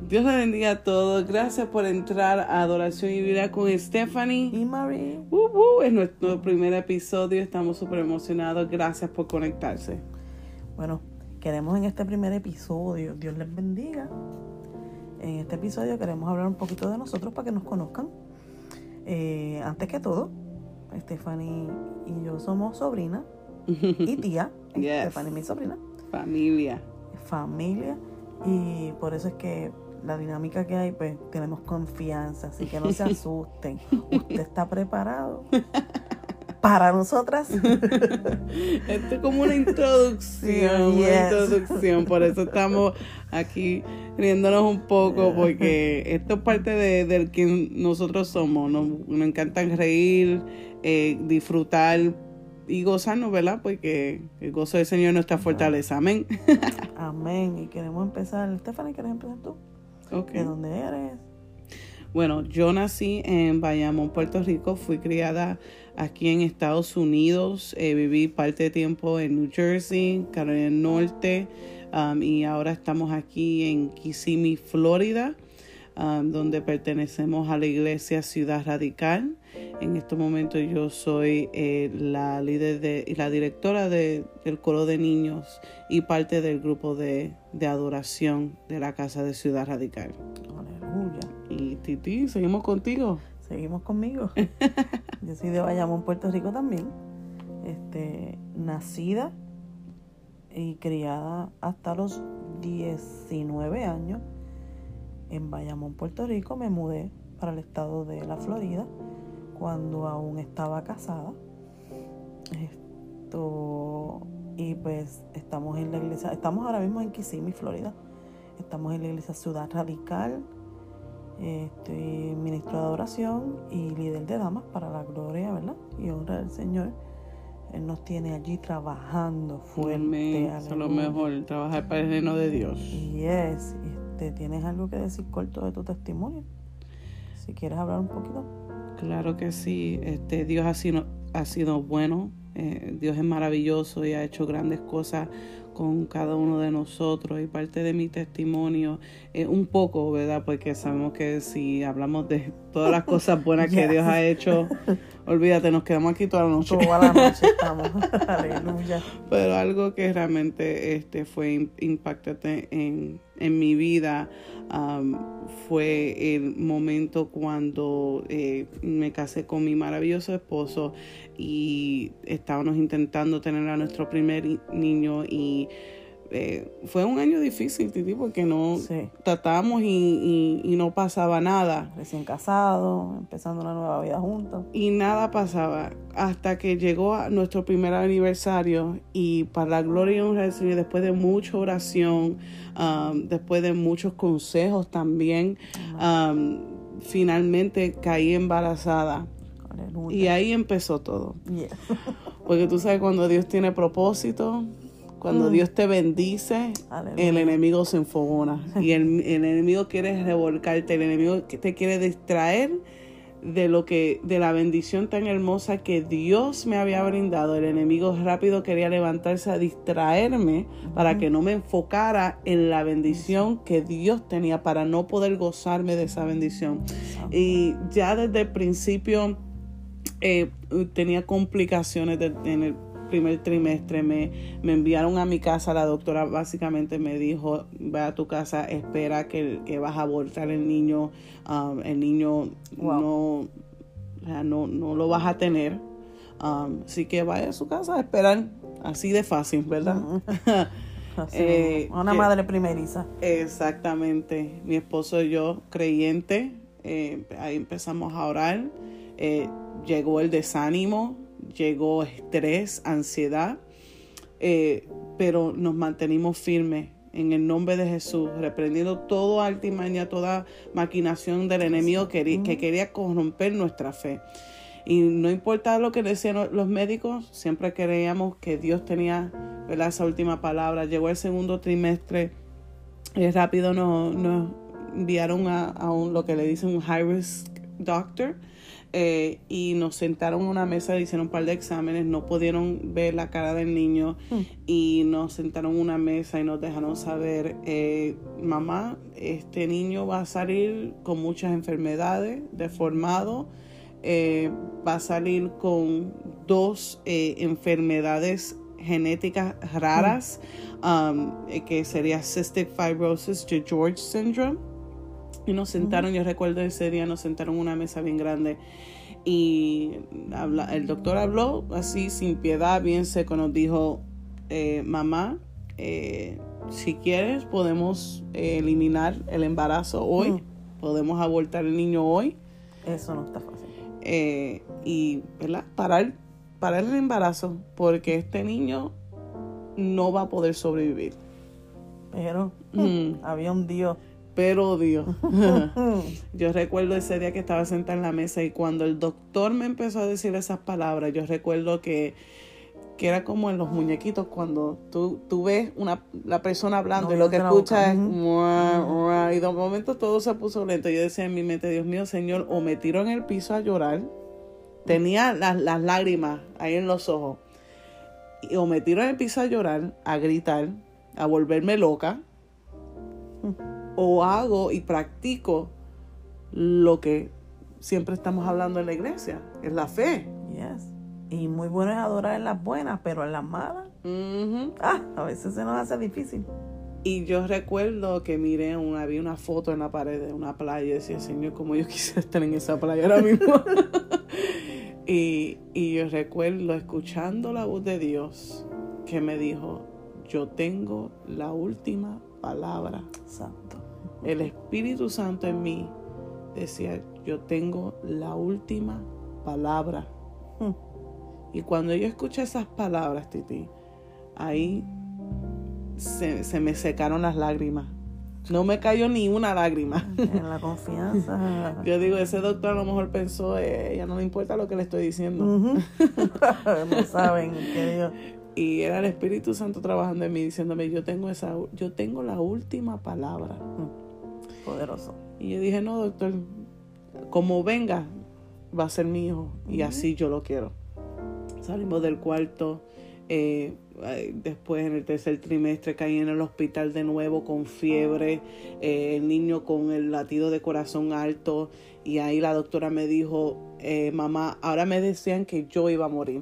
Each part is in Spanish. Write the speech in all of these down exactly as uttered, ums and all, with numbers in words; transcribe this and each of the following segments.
Dios le bendiga a todos. Gracias por entrar a Adoración y Vida con Stephanie y Marie. Uh, uh, es nuestro primer episodio. Estamos súper emocionados. Gracias por conectarse. Bueno, queremos en este primer episodio, Dios les bendiga. En este episodio queremos hablar un poquito de nosotros para que nos conozcan. Eh, antes que todo, Stephanie y yo somos sobrina y tía. Yes. Stephanie es mi sobrina. Familia. Familia. Y por eso es que la dinámica que hay, pues tenemos confianza, así que no se asusten. ¿Usted está preparado para nosotras? Esto es como una introducción, Yes. una introducción. Por eso estamos aquí riéndonos un poco, porque esto es parte de, de quien nosotros somos. Nos, nos encantan reír, eh, disfrutar y gozarnos, ¿verdad? Porque el gozo del Señor es nuestra fortaleza. Amén. Amén. Y queremos empezar. Stephanie, ¿quieres empezar tú? Okay. ¿De dónde eres? Bueno, yo nací en Bayamón, Puerto Rico. Fui criada aquí en Estados Unidos. Eh, viví parte de tiempo en New Jersey, Carolina del Norte. Um, y ahora estamos aquí en Kissimmee, Florida, um, donde pertenecemos a la iglesia Ciudad Radical. En este momento yo soy eh, la líder de, y la directora de, del coro de niños y parte del grupo de, de adoración de la Casa de Ciudad Radical. Aleluya. Y Titi, seguimos contigo. Seguimos conmigo. Yo soy de Bayamón, Puerto Rico también. Este, nacida y criada hasta los diecinueve años en Bayamón, Puerto Rico. Me mudé para el estado de la Florida cuando aún estaba casada. Esto, y pues estamos en la iglesia, estamos ahora mismo en Kissimmee, Florida. Estamos en la iglesia Ciudad Radical. Estoy ministro de adoración y líder de damas para la gloria, ¿verdad? Y honra del Señor. Él nos tiene allí trabajando fuerte. Amén. Eso es lo mejor, trabajar para el reino de Dios. Yes. Este, ¿tienes algo que decir corto de tu testimonio? Si quieres hablar un poquito. Claro que sí. Este, Dios ha sido, ha sido bueno. Eh, Dios es maravilloso y ha hecho grandes cosas con cada uno de nosotros. Y parte de mi testimonio es un poco, ¿verdad? Porque sabemos que si hablamos de todas las cosas buenas que yes. Dios ha hecho, olvídate, nos quedamos aquí toda la noche. Toda la noche estamos. Aleluya. Pero algo que realmente este, fue impactante en, en mi vida um, fue el momento cuando eh, me casé con mi maravilloso esposo y estábamos intentando tener a nuestro primer niño y eh, fue un año difícil, Titi, porque no sí. tratábamos y, y, y no pasaba nada. Recién casados, empezando una nueva vida juntos. Y nada pasaba hasta que llegó a nuestro primer aniversario y para la gloria y honra del Señor, después de mucha oración, um, después de muchos consejos también, um, finalmente caí embarazada. Aleluya. Y ahí empezó todo. Yeah. Porque tú sabes, cuando Dios tiene propósito, cuando mm. Dios te bendice, Aleluya. El enemigo se enfogona. Y el, el enemigo quiere revolcarte, el enemigo te quiere distraer de lo que, de la bendición tan hermosa que Dios me había brindado. El enemigo rápido quería levantarse a distraerme uh-huh. para que no me enfocara en la bendición que Dios tenía, para no poder gozarme de esa bendición. Uh-huh. Y ya desde el principio eh, tenía complicaciones de, en el primer trimestre. Me, me enviaron a mi casa. La doctora básicamente me dijo: ve a tu casa, espera que, que vas a abortar el niño. Um, el niño wow. no, o sea, no, no lo vas a tener. Um, así que vaya a su casa a esperar. Así de fácil, ¿verdad? Uh-huh. Así, eh, una madre primeriza. Exactamente. Mi esposo y yo, creyente, eh, ahí empezamos a orar. Eh, llegó el desánimo, llegó estrés, ansiedad, eh, pero nos mantenimos firmes en el nombre de Jesús, reprendiendo toda artimaña, toda maquinación del enemigo que, que quería corromper nuestra fe. Y no importaba lo que decían los médicos, siempre creíamos que Dios tenía, ¿verdad?, esa última palabra. Llegó el segundo trimestre y rápido nos, nos enviaron a, a un, lo que le dicen un high risk doctor. Eh, y nos sentaron en una mesa, hicieron un par de exámenes, no pudieron ver la cara del niño mm. y nos sentaron en una mesa y nos dejaron saber, eh, mamá, este niño va a salir con muchas enfermedades, deformado, eh, va a salir con dos eh, enfermedades genéticas raras, mm. um, eh, que sería cystic fibrosis de George syndrome. Y nos sentaron, uh-huh. yo recuerdo ese día, nos sentaron en una mesa bien grande y habla, el doctor habló así sin piedad, bien seco, nos dijo, eh, mamá, eh, si quieres podemos eh, eliminar el embarazo hoy, uh-huh. podemos abortar el niño hoy. Eso no está fácil. Eh, y, ¿verdad? Parar, parar el embarazo, porque este niño no va a poder sobrevivir. Pero mm. había un Dios. Pero Dios, yo recuerdo ese día que estaba sentada en la mesa y cuando el doctor me empezó a decir esas palabras, yo recuerdo que, que era como en los muñequitos cuando tú, tú ves una, la persona hablando no, y lo que escuchas es uh-huh. y de momento todo se puso lento. Yo decía en mi mente, Dios mío, Señor, o me tiro en el piso a llorar, tenía las, las lágrimas ahí en los ojos, y, o me tiro en el piso a llorar, a gritar, a volverme loca, o hago y practico lo que siempre estamos hablando en la iglesia, es la fe. Yes. Y muy bueno es adorar en las buenas, pero en las malas, uh-huh. ah, a veces se nos hace difícil. Y yo recuerdo que miré, una, vi una foto en la pared de una playa y decía, Señor, como yo quisiera estar en esa playa ahora mismo. y, y yo recuerdo escuchando la voz de Dios que me dijo, yo tengo la última palabra. Santo. El Espíritu Santo en mí decía, yo tengo la última palabra. Hmm. Y cuando yo escuché esas palabras, Titi, ahí se, se me secaron las lágrimas. No me cayó ni una lágrima. En la confianza. Yo digo, ese doctor a lo mejor pensó, eh, ya no le importa lo que le estoy diciendo. Uh-huh. No saben que Dios... Y era el Espíritu Santo trabajando en mí, diciéndome, yo tengo esa, yo tengo la última palabra. Poderoso. Y yo dije, no, doctor, como venga, va a ser mi hijo. Uh-huh. Y así yo lo quiero. Salimos del cuarto. Eh, después, en el tercer trimestre, caí en el hospital de nuevo con fiebre. Eh, el niño con el latido de corazón alto. Y ahí la doctora me dijo, eh, mamá, ahora me decían que yo iba a morir.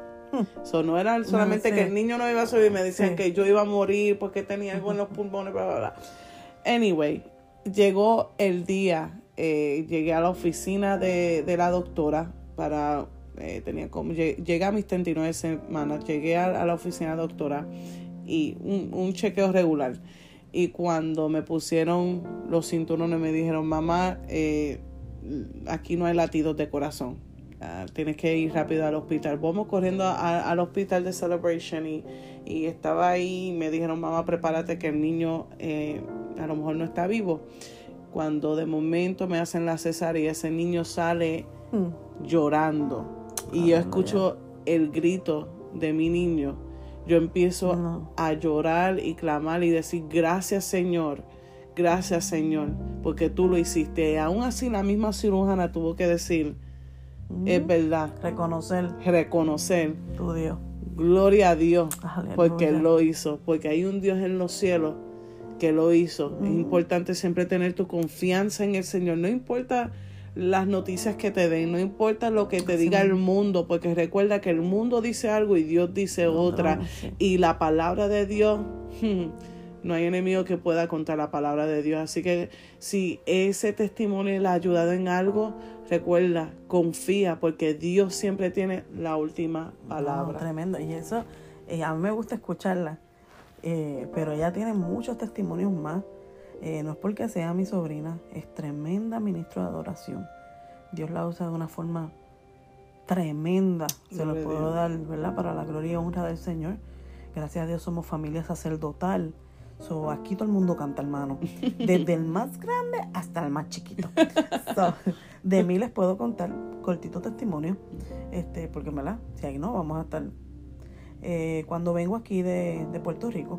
So, no era solamente no, sí. que el niño no iba a sobrevivir, me decían sí. que yo iba a morir porque tenía algo en los pulmones, bla, bla, bla. Anyway, llegó el día, eh, llegué a la oficina de, de la doctora para, eh, tenía como, llegué a mis treinta y nueve semanas, llegué a, a la oficina de la doctora y un, un chequeo regular. Y cuando me pusieron los cinturones me dijeron, mamá, eh, aquí no hay latidos de corazón. Uh, tienes que ir rápido al hospital. Vamos corriendo a, al hospital de Celebration y, y estaba ahí y me dijeron, mamá, prepárate que el niño eh, a lo mejor no está vivo. Cuando de momento me hacen la cesárea y ese niño sale mm. llorando y oh, yo escucho no, el grito de mi niño, yo empiezo no. a llorar y clamar y decir, gracias Señor, gracias Señor, porque tú lo hiciste. Y aún así la misma cirujana tuvo que decir, es verdad. Reconocer. Reconocer. Tu Dios. Gloria a Dios. Aleluya. Porque Él lo hizo. Porque hay un Dios en los cielos que lo hizo. Mm. Es importante siempre tener tu confianza en el Señor. No importa las noticias que te den. No importa lo que te sí. diga el mundo. Porque recuerda que el mundo dice algo y Dios dice no, otra. No, sí. Y la palabra de Dios... no hay enemigo que pueda contar la palabra de Dios. Así que si ese testimonio le ha ayudado en algo, recuerda, confía, porque Dios siempre tiene la última palabra. No, tremendo. Y eso, eh, a mí me gusta escucharla. Eh, pero ella tiene muchos testimonios más. Eh, no es porque sea mi sobrina, es tremenda ministra de adoración. Dios la usa de una forma tremenda. Se lo puedo dar, ¿verdad? Para la gloria y honra del Señor. Gracias a Dios somos familia sacerdotal. So, aquí todo el mundo canta, hermano. Desde el más grande hasta el más chiquito. So, de mí les puedo contar cortito testimonio. Este, porque, ¿verdad? Si ahí no, vamos a estar. Eh, cuando vengo aquí de, de Puerto Rico,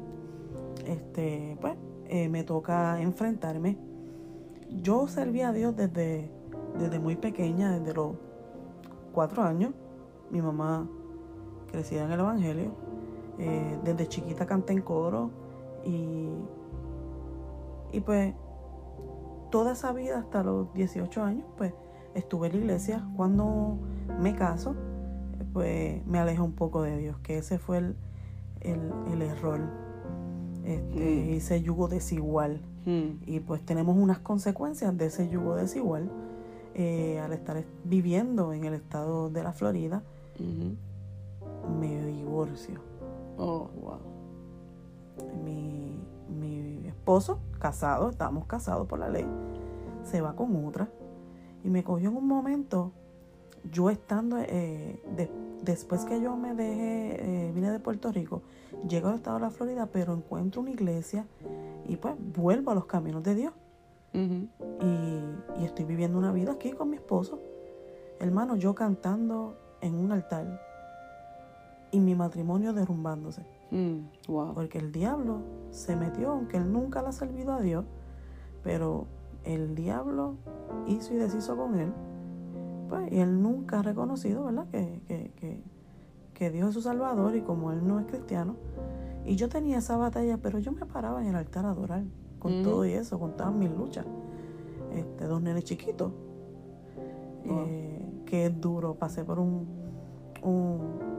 este, pues, eh, me toca enfrentarme. Yo serví a Dios desde desde muy pequeña, desde los cuatro años, mi mamá crecida en el Evangelio. Eh, desde chiquita canté en coro y, y pues toda esa vida hasta los dieciocho años pues estuve en la iglesia. Cuando me caso pues me alejé un poco de Dios, que ese fue el, el, el error. Este, mm. Ese yugo desigual. Mm. Y pues tenemos unas consecuencias de ese yugo desigual. Eh, al estar viviendo en el estado de la Florida, mm-hmm. me divorcio. Oh, wow. Mi, mi esposo, casado, estábamos casados por la ley, se va con otra. Y me cogió en un momento, yo estando, eh, de, después que yo me dejé, eh, vine de Puerto Rico, llego al estado de la Florida, pero encuentro una iglesia y pues vuelvo a los caminos de Dios. Uh-huh. Y, y estoy viviendo una vida aquí con mi esposo. Hermano, yo cantando en un altar y mi matrimonio derrumbándose. Mm, wow. Porque el diablo se metió, aunque él nunca le ha servido a Dios, pero el diablo hizo y deshizo con él. Pues, y él nunca ha reconocido, ¿verdad?, que, que, que, que Dios es su Salvador, y como él no es cristiano. Y yo tenía esa batalla, pero yo me paraba en el altar a adorar, con mm. todo y eso, con todas mis luchas. Este, dos nenes chiquitos, wow. eh, que es duro. Pasé por un, un,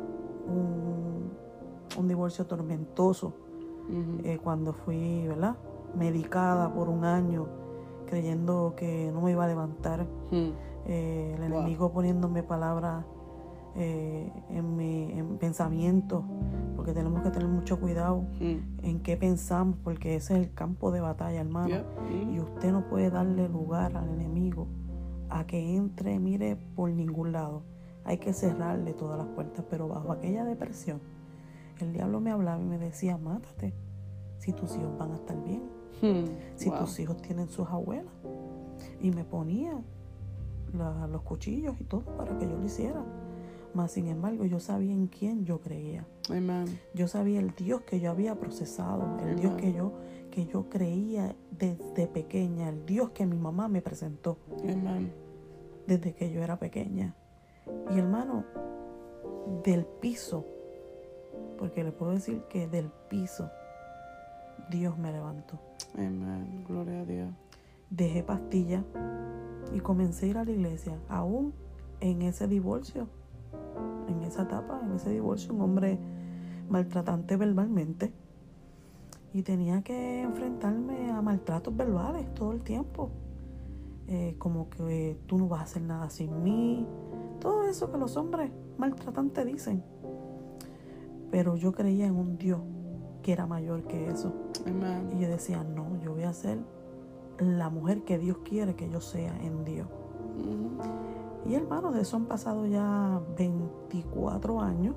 un, un divorcio tormentoso, mm-hmm. eh, cuando fui, ¿verdad?, medicada por un año, creyendo que no me iba a levantar. Mm. Eh, el enemigo wow. poniéndome palabras eh, en mi en pensamientos, porque tenemos que tener mucho cuidado mm. en qué pensamos, porque ese es el campo de batalla, hermano. Yeah. Mm. Y usted no puede darle lugar al enemigo a que entre, mire, por ningún lado. Hay que cerrarle todas las puertas. Pero bajo aquella depresión, el diablo me hablaba y me decía: mátate, si tus hijos van a estar bien, mm. si wow. tus hijos tienen sus abuelas. Y me ponía La, los cuchillos y todo para que yo lo hiciera. Mas sin embargo, yo sabía en quién yo creía. Amen. Yo sabía el Dios que yo había procesado, el Amen. Dios que yo, que yo creía desde pequeña, el Dios que mi mamá me presentó. Amen. Desde que yo era pequeña. Y hermano, del piso, porque le puedo decir que del piso Dios me levantó. Amén, gloria a Dios. Dejé pastillas y comencé a ir a la iglesia, aún en ese divorcio, en esa etapa, en ese divorcio, un hombre maltratante verbalmente, y tenía que enfrentarme a maltratos verbales todo el tiempo, eh, como que eh, tú no vas a hacer nada sin mí, todo eso que los hombres maltratantes dicen. Pero yo creía en un Dios que era mayor que eso. Amen. Y yo decía: no, yo voy a ser la mujer que Dios quiere que yo sea en Dios. Mm. Y hermano, de eso han pasado ya veinticuatro años.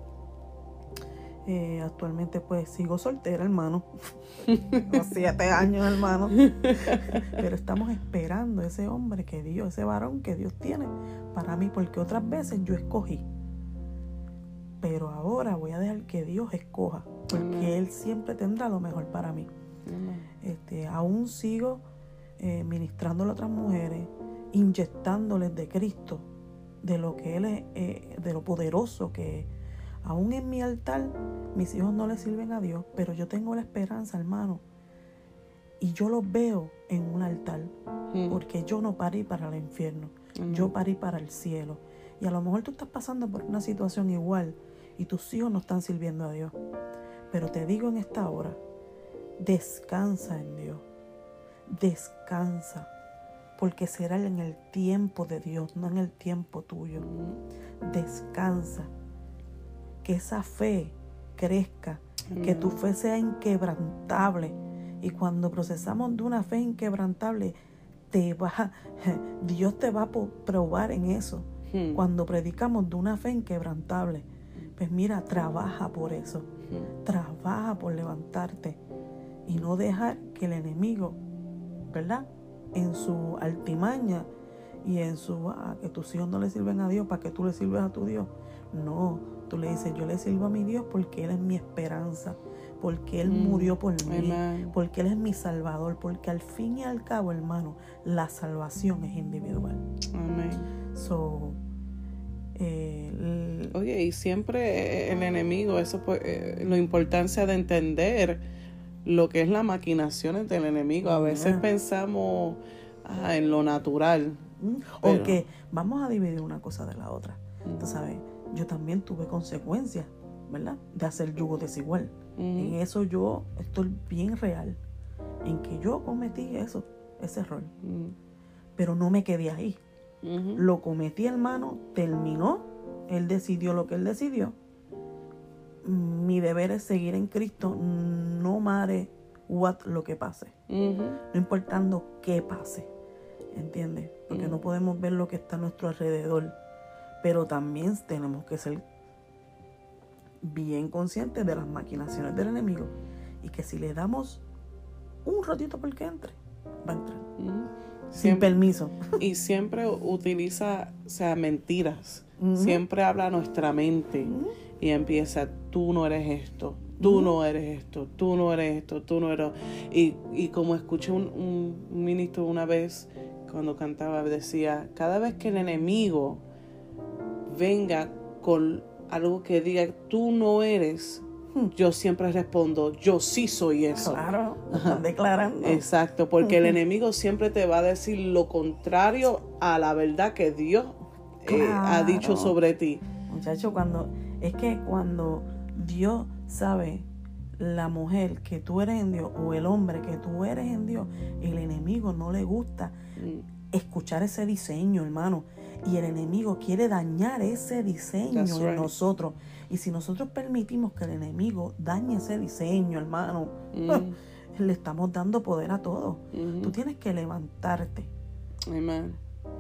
Eh, actualmente pues sigo soltera, hermano. Los siete años, hermano. Pero estamos esperando ese hombre que Dios, ese varón que Dios tiene para mí, porque otras veces yo escogí. Pero ahora voy a dejar que Dios escoja, porque Amen. Él siempre tendrá lo mejor para mí. Amen. Este, aún sigo eh, ministrándole a otras mujeres, inyectándoles de Cristo, de lo que Él es, eh, de lo poderoso que es. Aún en mi altar, mis hijos no le sirven a Dios, pero yo tengo la esperanza, hermano, y yo los veo en un altar, mm. porque yo no parí para el infierno, mm. yo parí para el cielo. Y a lo mejor tú estás pasando por una situación igual y tus hijos no están sirviendo a Dios, pero te digo en esta hora: descansa en Dios, descansa, porque será en el tiempo de Dios, no en el tiempo tuyo. Descansa, que esa fe crezca, que tu fe sea inquebrantable. Y cuando procesamos de una fe inquebrantable, te va, Dios te va a probar en eso. Hmm. Cuando predicamos de una fe inquebrantable, pues mira, trabaja por eso, hmm. trabaja por levantarte y no dejar que el enemigo, ¿verdad?, en su altimaña y en su, ah, que tus hijos no le sirven a Dios para que tú le sirves a tu Dios. No, tú le dices: yo le sirvo a mi Dios porque Él es mi esperanza, porque Él mm. murió por mí, Amen. Porque Él es mi Salvador, porque al fin y al cabo, hermano, la salvación es individual. Amén. So, eh, el... Oye, y siempre el enemigo, eso pues, eh, la importancia de entender lo que es las maquinaciones del enemigo. A veces yeah. pensamos ah, en lo natural. Mm. Pero... O que vamos a dividir una cosa de la otra. Mm. Tú sabes, yo también tuve consecuencias, ¿verdad? De hacer yugo desigual. Mm. En eso yo estoy bien real. En que yo cometí eso, ese error. Mm. Pero no me quedé ahí. Mm-hmm. Lo cometí, hermano, terminó. Él decidió lo que él decidió. Mi deber es seguir en Cristo, no matter what lo que pase. Mm-hmm. No importando qué pase. ¿Entiendes? Porque mm. no podemos ver lo que está a nuestro alrededor. Pero también tenemos que ser bien conscientes de las maquinaciones del enemigo. Y que si le damos un ratito para que entre, va a entrar. Mm. Sin siempre, permiso. Y siempre utiliza, o sea, mentiras. Mm-hmm. Siempre habla nuestra mente. Mm-hmm. Y empieza, tú no eres esto, tú mm-hmm. no eres esto, tú no eres esto, tú no eres... Y, y como escuché un, un ministro una vez, cuando cantaba, decía, cada vez que el enemigo venga con algo que diga, tú no eres, yo siempre respondo, yo sí soy eso. Claro, están declarando. Exacto, porque el enemigo siempre te va a decir lo contrario a la verdad que Dios claro. eh, ha dicho sobre ti. Muchacho, cuando es que cuando Dios sabe la mujer que tú eres en Dios o el hombre que tú eres en Dios, el enemigo no le gusta mm. escuchar ese diseño, hermano. Y el enemigo quiere dañar ese diseño That's en right. nosotros. Y si nosotros permitimos que el enemigo dañe ese diseño, hermano, mm. le estamos dando poder a todo. Mm-hmm. Tú tienes que levantarte. Amen.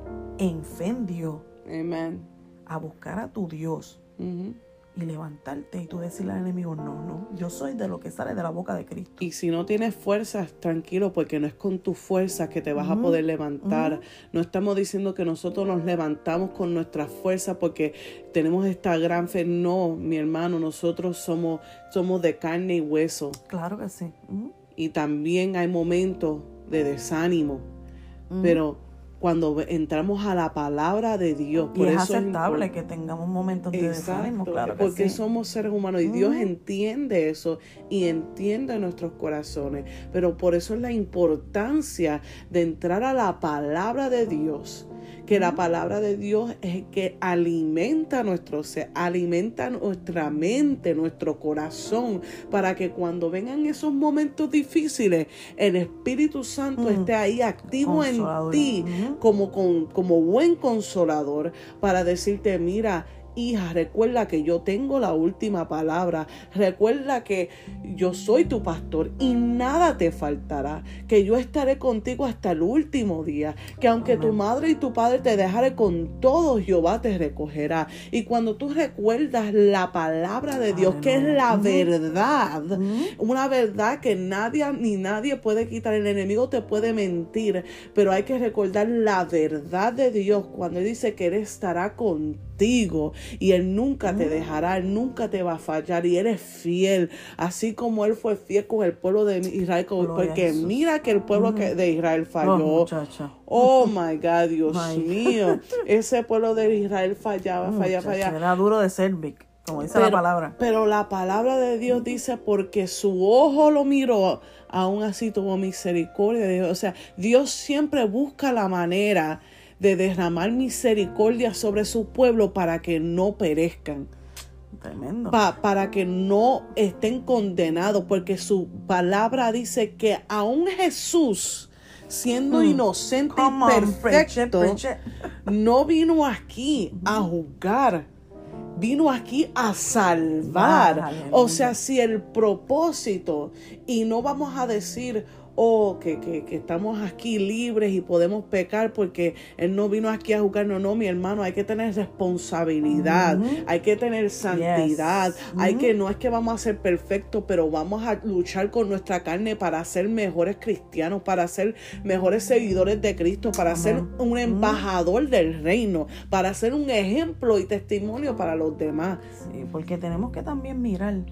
En fe en Dios. Amen. A buscar a tu Dios. Mm-hmm. Y levantarte y tú decirle al enemigo, no, no, yo soy de lo que sale de la boca de Cristo. Y si no tienes fuerzas, tranquilo, porque no es con tus fuerzas que te vas mm-hmm. a poder levantar. Mm-hmm. No estamos diciendo que nosotros nos levantamos con nuestras fuerzas porque tenemos esta gran fe. No, mi hermano, nosotros somos, somos de carne y hueso. Claro que sí. Mm-hmm. Y también hay momentos de desánimo, mm-hmm. pero cuando entramos a la palabra de Dios. Y por es eso aceptable es que tengamos momentos de desánimo, claro que porque sí. somos seres humanos y Dios mm. entiende eso y entiende nuestros corazones. Pero por eso es la importancia de entrar a la palabra de Dios. Que la palabra de Dios es el que alimenta nuestro ser, alimenta nuestra mente, nuestro corazón, para que cuando vengan esos momentos difíciles, el Espíritu Santo mm. esté ahí activo Consolador. En ti, mm. como, con, como buen consolador, para decirte, mira, hija, recuerda que yo tengo la última palabra. Recuerda que yo soy tu pastor y nada te faltará. Que yo estaré contigo hasta el último día. Que aunque Amén. Tu madre y tu padre te dejaren, con todo Jehová te recogerá. Y cuando tú recuerdas la palabra de Dios, Aleluya. Que es la verdad, ¿Mm? Una verdad que nadie ni nadie puede quitar. El enemigo te puede mentir, pero hay que recordar la verdad de Dios cuando Él dice que Él estará contigo. Y Él nunca te dejará, Él nunca te va a fallar y Él es fiel, así como Él fue fiel con el pueblo de Israel, porque mira que el pueblo que de Israel falló. Oh, oh my God, Dios my mío, ese pueblo de Israel fallaba, fallaba, fallaba. Era duro de servir, como dice pero, la palabra. Pero la palabra de Dios dice, porque su ojo lo miró, aún así tuvo misericordia de Dios. O sea, Dios siempre busca la manera de derramar misericordia sobre su pueblo para que no perezcan. Tremendo. Pa, para que no estén condenados, porque su palabra dice que aún Jesús, siendo hmm. inocente Come y perfecto, on, preach it, preach it. No vino aquí a juzgar, vino aquí a salvar. Ah, o sea, si el propósito, y no vamos a decir, oh, que, que, que estamos aquí libres y podemos pecar porque Él no vino aquí a juzgar. No, no, mi hermano, hay que tener responsabilidad, mm-hmm. hay que tener santidad, yes. mm-hmm. hay que, no es que vamos a ser perfectos, pero vamos a luchar con nuestra carne para ser mejores cristianos, para ser mejores seguidores de Cristo, para mm-hmm. ser un embajador mm-hmm. del reino, para ser un ejemplo y testimonio para los demás. Sí, porque tenemos que también mirar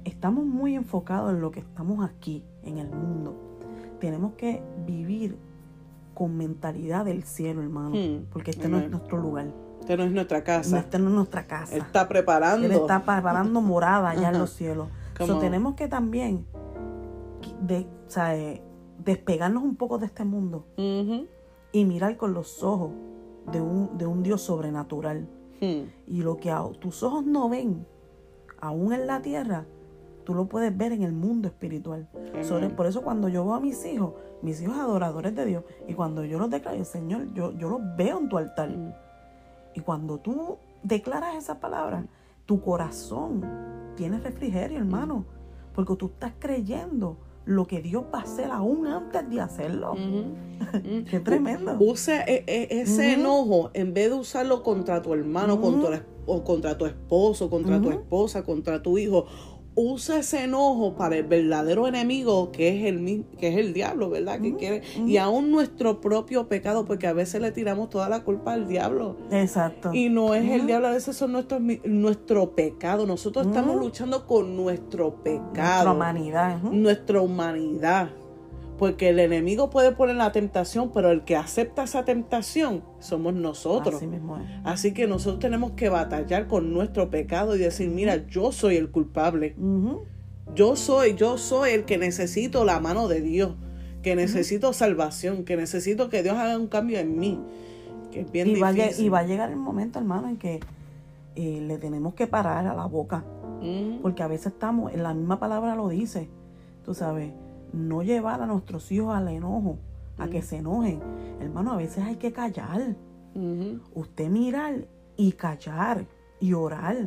estamos muy enfocados en lo que estamos aquí, en el mundo. Tenemos que vivir con mentalidad del cielo, hermano, hmm. porque este Amen. No es nuestro lugar. Este no es nuestra casa. Este no es nuestra casa. Él está preparando. Él está preparando morada allá en los cielos. So, tenemos que también de, o sea, eh, despegarnos un poco de este mundo uh-huh. y mirar con los ojos de un, de un Dios sobrenatural. Hmm. Y lo que a tus ojos no ven, aún en la tierra, tú lo puedes ver en el mundo espiritual. Sobre, por eso cuando yo veo a mis hijos, mis hijos adoradores de Dios, y cuando yo los declaro, Señor, yo, yo los veo en tu altar. Hmm. Y cuando tú declaras esa palabra, tu corazón tiene refrigerio, hermano, porque tú estás creyendo lo que Dios va a hacer aún antes de hacerlo. Uh-huh. Qué tremendo. Usa e- e- ese uh-huh. enojo, en vez de usarlo contra tu hermano, uh-huh. contra, o contra tu esposo, contra uh-huh. tu esposa, contra tu hijo. Usa ese enojo para el verdadero enemigo, que es el que es el diablo, ¿verdad? Uh-huh. Que quiere, uh-huh. y aún nuestro propio pecado, porque a veces le tiramos toda la culpa al diablo. Exacto. Y no es uh-huh. el diablo, a veces son nuestros nuestro pecado. Nosotros uh-huh. estamos luchando con nuestro pecado. Nuestra humanidad. Uh-huh. Nuestra humanidad. Porque el enemigo puede poner la tentación, pero el que acepta esa tentación somos nosotros. Así mismo es. Así que nosotros tenemos que batallar con nuestro pecado y decir, mira, yo soy el culpable. Uh-huh. Yo soy, yo soy el que necesito la mano de Dios, que necesito uh-huh. salvación, que necesito que Dios haga un cambio en mí. Que es bien y difícil. Va, y va a llegar el momento, hermano, en que eh, le tenemos que parar a la boca. Uh-huh. Porque a veces estamos, en la misma palabra lo dice, tú sabes, no llevar a nuestros hijos al enojo, a uh-huh. que se enojen. Hermano, a veces hay que callar. Uh-huh. Usted mirar y callar y orar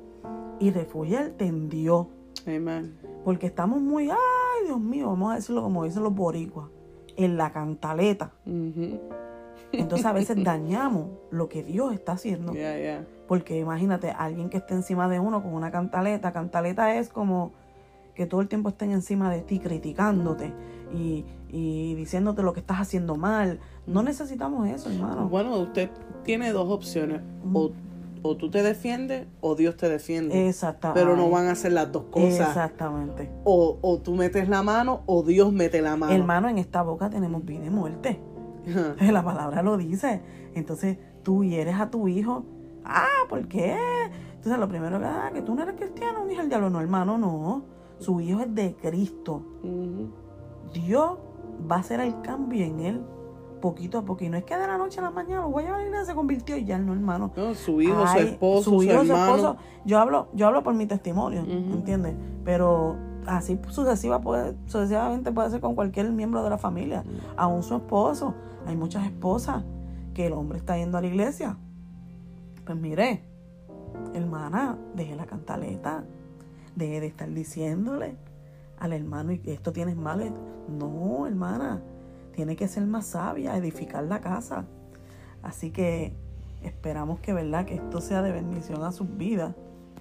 y refugiarte en Dios. Amen. Porque estamos muy, ay, Dios mío, vamos a decirlo como dicen los boricuas, en la cantaleta. Uh-huh. Entonces a veces dañamos lo que Dios está haciendo. Yeah, yeah. Porque imagínate, alguien que esté encima de uno con una cantaleta. Cantaleta es como que todo el tiempo estén encima de ti criticándote y, y diciéndote lo que estás haciendo mal. No necesitamos eso, hermano. Bueno, usted tiene dos opciones. O, o tú te defiendes o Dios te defiende. Exactamente. Pero no van a ser las dos cosas. Exactamente. O, o tú metes la mano o Dios mete la mano. Hermano, en esta boca tenemos vida y muerte. Uh-huh. La palabra lo dice. Entonces tú hieres a tu hijo. Ah, ¿por qué? Entonces lo primero que, ah, que tú no eres cristiano, un hijo del diablo. No, hermano, no. Su hijo es de Cristo. Uh-huh. Dios va a hacer el cambio en él poquito a poco. Y no es que de la noche a la mañana lo voy a llevar a la iglesia, se convirtió y ya no, hermano. No, su hijo, Ay, su esposo, su, hijo, su hermano. Su esposo. Yo hablo, yo hablo por mi testimonio, uh-huh. ¿entiendes? Pero así sucesiva puede, sucesivamente puede ser con cualquier miembro de la familia. Uh-huh. Aún su esposo. Hay muchas esposas que el hombre está yendo a la iglesia. Pues mire, hermana, deje la cantaleta. Deje de estar diciéndole al hermano, y esto tienes mal. No, hermana, tiene que ser más sabia, edificar la casa. Así que esperamos que, ¿verdad?, que esto sea de bendición a sus vidas.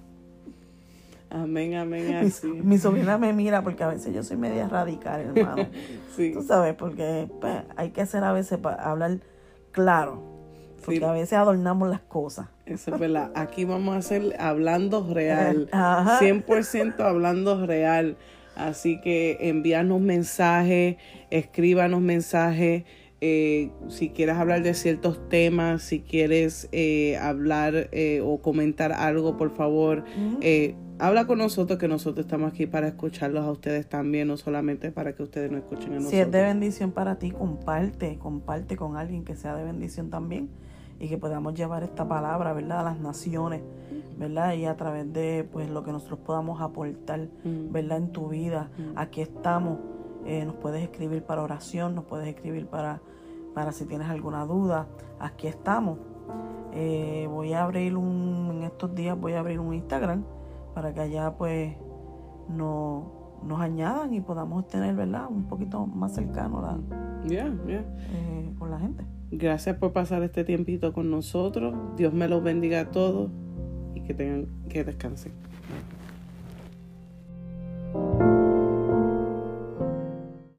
Amén, amén, así. Mi, mi sobrina me mira porque a veces yo soy media radical, hermano. Sí. Tú sabes, porque pues, hay que hacer a veces para hablar claro. Porque sí. A veces adornamos las cosas. Eso es verdad. Aquí vamos a hacer hablando real. Ajá. cien por ciento hablando real. Así que envíanos mensajes, escríbanos mensajes. Eh, si quieres hablar de ciertos temas, si quieres eh, hablar eh, o comentar algo, por favor, uh-huh. eh, habla con nosotros, que nosotros estamos aquí para escucharlos a ustedes también, no solamente para que ustedes nos escuchen a nosotros. Si es de bendición para ti, comparte, comparte con alguien que sea de bendición también y que podamos llevar esta palabra, ¿verdad?, a las naciones, ¿verdad? Y a través de pues lo que nosotros podamos aportar, uh-huh. ¿verdad?, en tu vida. Uh-huh. Aquí estamos. Eh, nos puedes escribir para oración, nos puedes escribir para, para si tienes alguna duda. Aquí estamos. Eh, voy a abrir un, en estos días voy a abrir un Instagram para que allá pues no, nos añadan y podamos tener, ¿verdad?, un poquito más cercano la, yeah, yeah. Eh, con la gente. Gracias por pasar este tiempito con nosotros. Dios me los bendiga a todos y que tengan que descansen.